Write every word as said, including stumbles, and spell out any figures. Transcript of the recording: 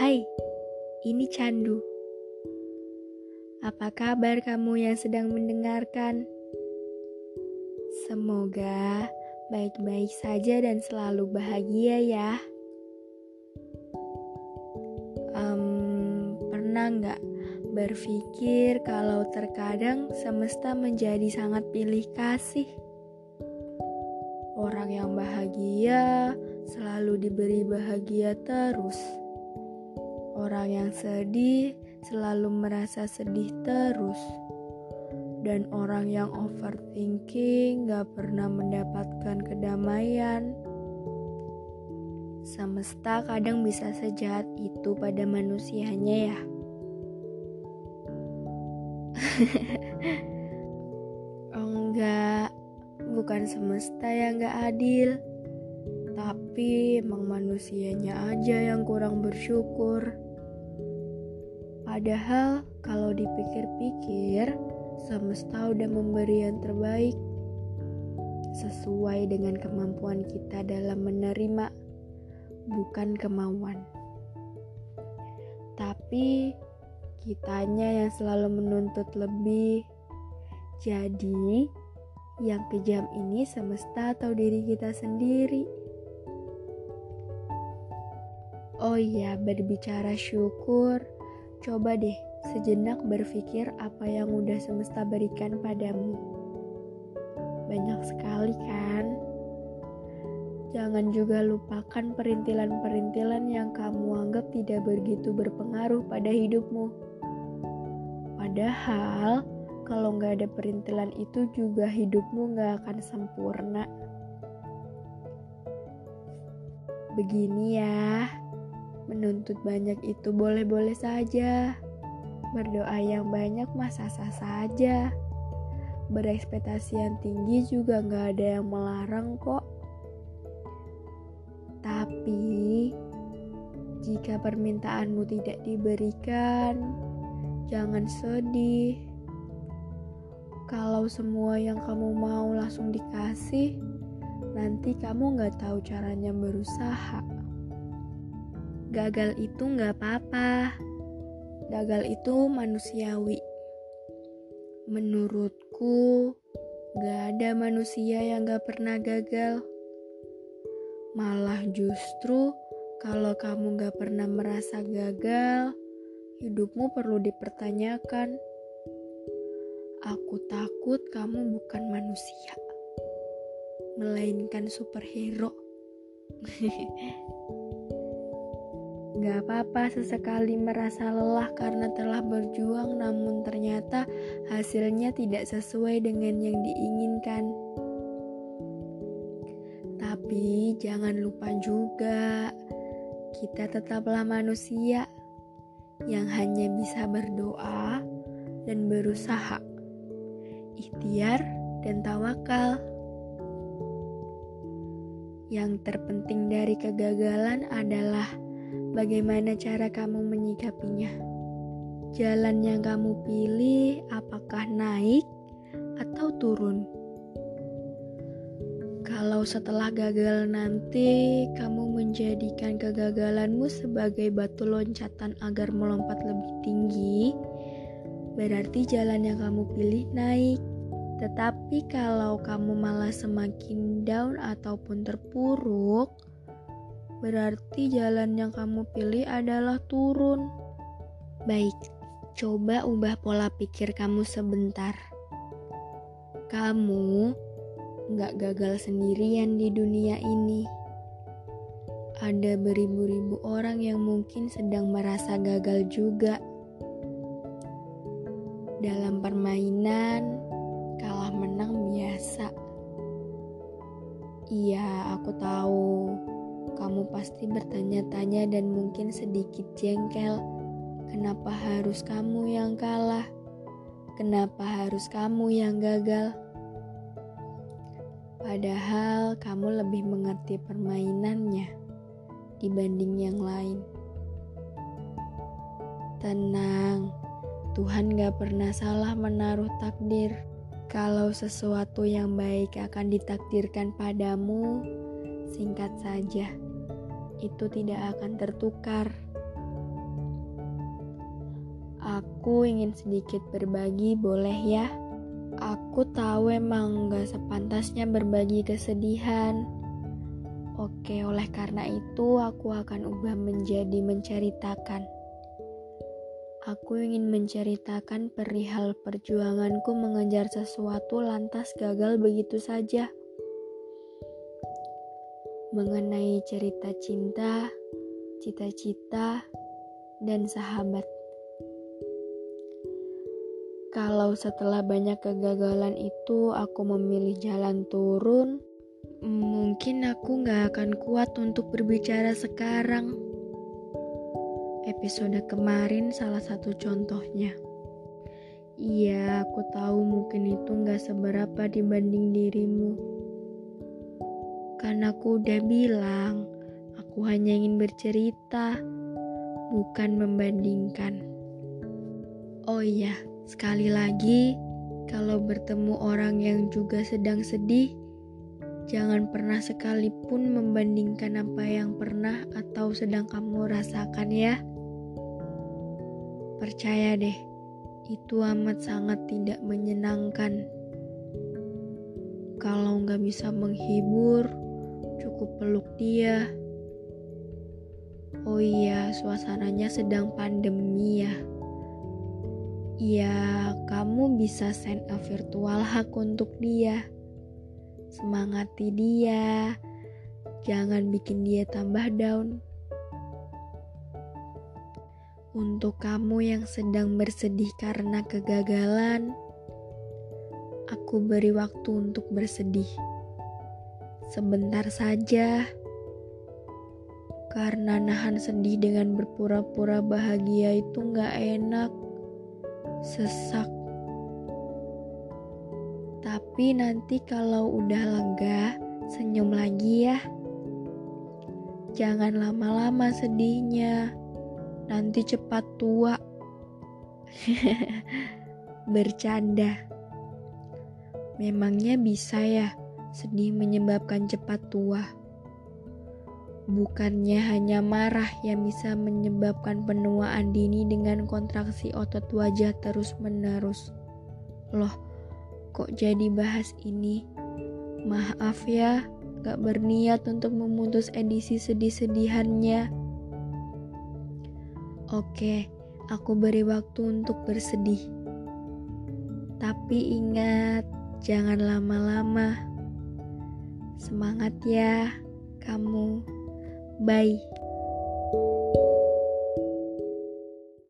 Hai, ini Candu. Apa kabar kamu yang sedang mendengarkan? Semoga baik-baik saja dan selalu bahagia ya. Um, pernah nggak berpikir kalau terkadang semesta menjadi sangat pilih kasih? Orang yang bahagia selalu diberi bahagia terus. Orang yang sedih selalu merasa sedih terus. Dan orang yang overthinking gak pernah mendapatkan kedamaian. Semesta kadang bisa sejahat itu pada manusianya ya. Oh enggak, bukan semesta yang gak adil. Tapi emang manusianya aja yang kurang bersyukur. Padahal kalau dipikir-pikir, semesta udah memberi yang terbaik sesuai dengan kemampuan kita dalam menerima, bukan kemauan. Tapi kitanya yang selalu menuntut lebih. Jadi, yang kejam ini semesta atau diri kita sendiri. Oh iya, berbicara syukur, coba deh sejenak berpikir apa yang udah semesta berikan padamu. Banyak sekali kan? Jangan juga lupakan perintilan-perintilan yang kamu anggap tidak begitu berpengaruh pada hidupmu. Padahal, kalau gak ada perintilan itu juga hidupmu gak akan sempurna. Begini ya, menuntut banyak itu boleh-boleh saja. Berdoa yang banyak mah sah-sah saja. Berekspektasi yang tinggi juga gak ada yang melarang kok. Tapi, jika permintaanmu tidak diberikan, jangan sedih. Kalau semua yang kamu mau langsung dikasih, nanti kamu gak tahu caranya berusaha. Gagal itu gak apa-apa. Gagal itu manusiawi. Menurutku, gak ada manusia yang gak pernah gagal. Malah justru, kalau kamu gak pernah merasa gagal, hidupmu perlu dipertanyakan. Aku takut kamu bukan manusia, melainkan superhero. Gak apa-apa sesekali merasa lelah karena telah berjuang namun ternyata hasilnya tidak sesuai dengan yang diinginkan. Tapi jangan lupa juga, kita tetaplah manusia yang hanya bisa berdoa dan berusaha, ikhtiar dan tawakal. Yang terpenting dari kegagalan adalah bagaimana cara kamu menyikapinya. Jalan yang kamu pilih apakah naik atau turun? Kalau setelah gagal nanti kamu menjadikan kegagalanmu sebagai batu loncatan agar melompat lebih tinggi, berarti jalan yang kamu pilih naik. Tetapi kalau kamu malah semakin down ataupun terpuruk, berarti jalan yang kamu pilih adalah turun. Baik, coba ubah pola pikir kamu sebentar. Kamu gak gagal sendirian di dunia ini. Ada beribu-ribu orang yang mungkin sedang merasa gagal juga. Dalam permainan, kalah menang biasa. Iya, aku tahu. Kamu pasti bertanya-tanya dan mungkin sedikit jengkel. Kenapa harus kamu yang kalah? Kenapa harus kamu yang gagal? Padahal kamu lebih mengerti permainannya dibanding yang lain. Tenang, Tuhan gak pernah salah menaruh takdir. Kalau sesuatu yang baik akan ditakdirkan padamu, singkat saja, itu tidak akan tertukar. Aku ingin sedikit berbagi, boleh ya? Aku tahu emang gak sepantasnya berbagi kesedihan. Oke, oleh karena itu aku akan ubah menjadi menceritakan. Aku ingin menceritakan perihal perjuanganku mengejar sesuatu lantas gagal begitu saja. Mengenai cerita cinta, cita-cita, dan sahabat. Kalau setelah banyak kegagalan itu aku memilih jalan turun, mungkin aku gak akan kuat untuk berbicara sekarang. Episode kemarin salah satu contohnya. Iya, aku tahu mungkin itu gak seberapa dibanding dirimu. Kan aku udah bilang, aku hanya ingin bercerita, bukan membandingkan. Oh iya, sekali lagi, kalau bertemu orang yang juga sedang sedih, jangan pernah sekalipun membandingkan apa yang pernah atau sedang kamu rasakan ya. Percaya deh, itu amat sangat tidak menyenangkan. Kalau nggak bisa menghibur, cukup peluk dia. Oh iya, suasananya sedang pandemi ya. Ya, kamu bisa send a virtual hug untuk dia. Semangati dia, jangan bikin dia tambah down. Untuk kamu yang sedang bersedih karena kegagalan, aku beri waktu untuk bersedih. Sebentar saja, karena nahan sedih dengan berpura-pura bahagia itu gak enak. Sesak. Tapi nanti kalau udah lega, senyum lagi ya. Jangan lama-lama sedihnya, nanti cepat tua. Bercanda. Memangnya bisa ya sedih menyebabkan cepat tua? Bukannya hanya marah yang bisa menyebabkan penuaan dini dengan kontraksi otot wajah terus-menerus. Loh, kok jadi bahas ini? Maaf ya, gak berniat untuk memutus edisi sedih-sedihannya. Oke, aku beri waktu untuk bersedih. Tapi ingat, jangan lama-lama. Semangat ya, kamu. Bye.